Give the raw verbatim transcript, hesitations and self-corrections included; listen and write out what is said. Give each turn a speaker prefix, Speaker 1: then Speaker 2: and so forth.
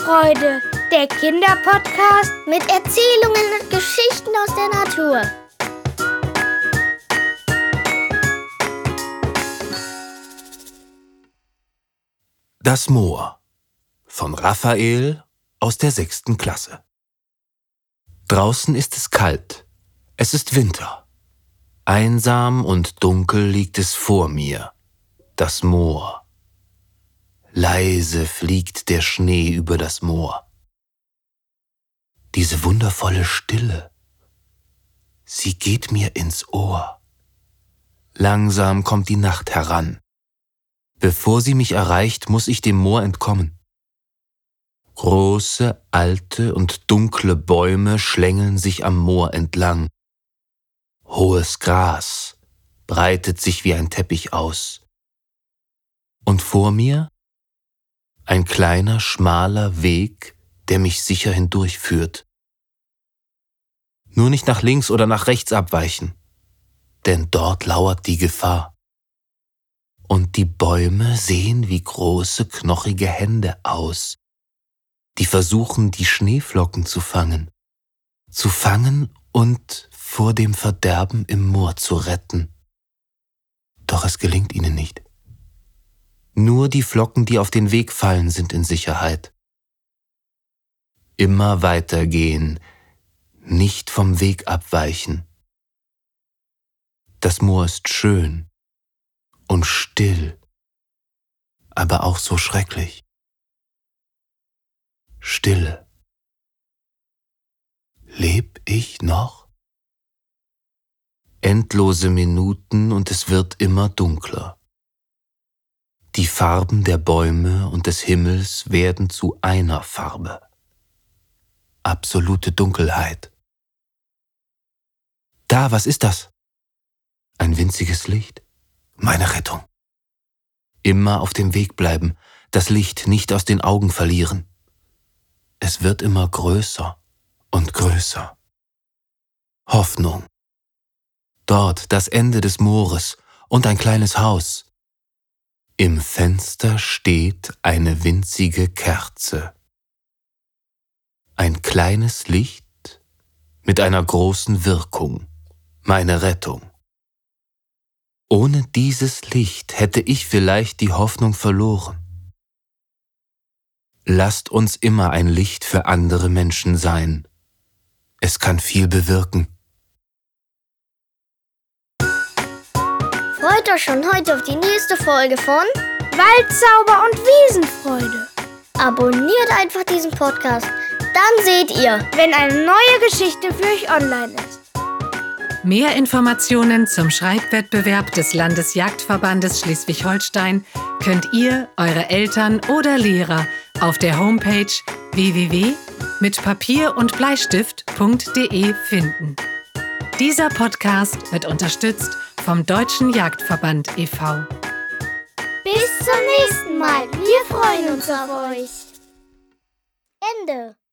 Speaker 1: Wiesenfreude, der Kinderpodcast
Speaker 2: mit Erzählungen und Geschichten aus der Natur.
Speaker 3: Das Moor von Raphael aus der sechsten Klasse. Draußen ist es kalt, es ist Winter. Einsam und dunkel liegt es vor mir, das Moor. Leise fliegt der Schnee über das Moor. Diese wundervolle Stille, sie geht mir ins Ohr. Langsam kommt die Nacht heran. Bevor sie mich erreicht, muss ich dem Moor entkommen. Große, alte und dunkle Bäume schlängeln sich am Moor entlang. Hohes Gras breitet sich wie ein Teppich aus. Und vor mir ein kleiner, schmaler Weg, der mich sicher hindurchführt. Nur nicht nach links oder nach rechts abweichen, denn dort lauert die Gefahr. Und die Bäume sehen wie große, knochige Hände aus, die versuchen, die Schneeflocken zu fangen. Zu fangen und vor dem Verderben im Moor zu retten. Doch es gelingt ihnen nicht. Nur die Flocken, die auf den Weg fallen, sind in Sicherheit. Immer weitergehen, nicht vom Weg abweichen. Das Moor ist schön und still, aber auch so schrecklich. Stille. Leb ich noch? Endlose Minuten und es wird immer dunkler. Die Farben der Bäume und des Himmels werden zu einer Farbe. Absolute Dunkelheit. Da, was ist das? Ein winziges Licht. Meine Rettung. Immer auf dem Weg bleiben, das Licht nicht aus den Augen verlieren. Es wird immer größer und größer. Hoffnung. Dort das Ende des Moores und ein kleines Haus. Im Fenster steht eine winzige Kerze. Ein kleines Licht mit einer großen Wirkung. Meine Rettung. Ohne dieses Licht hätte ich vielleicht die Hoffnung verloren. Lasst uns immer ein Licht für andere Menschen sein. Es kann viel bewirken.
Speaker 2: Freut euch schon heute auf die nächste Folge von
Speaker 1: Waldzauber und Wiesenfreude.
Speaker 2: Abonniert einfach diesen Podcast, dann seht ihr,
Speaker 1: wenn eine neue Geschichte für euch online ist.
Speaker 4: Mehr Informationen zum Schreibwettbewerb des Landesjagdverbandes Schleswig-Holstein könnt ihr, eure Eltern oder Lehrer auf der Homepage w w w punkt mit papier und bleistift punkt d e finden. Dieser Podcast wird unterstützt vom Deutschen Jagdverband e V
Speaker 2: Bis zum nächsten Mal. Wir freuen uns auf euch. Ende.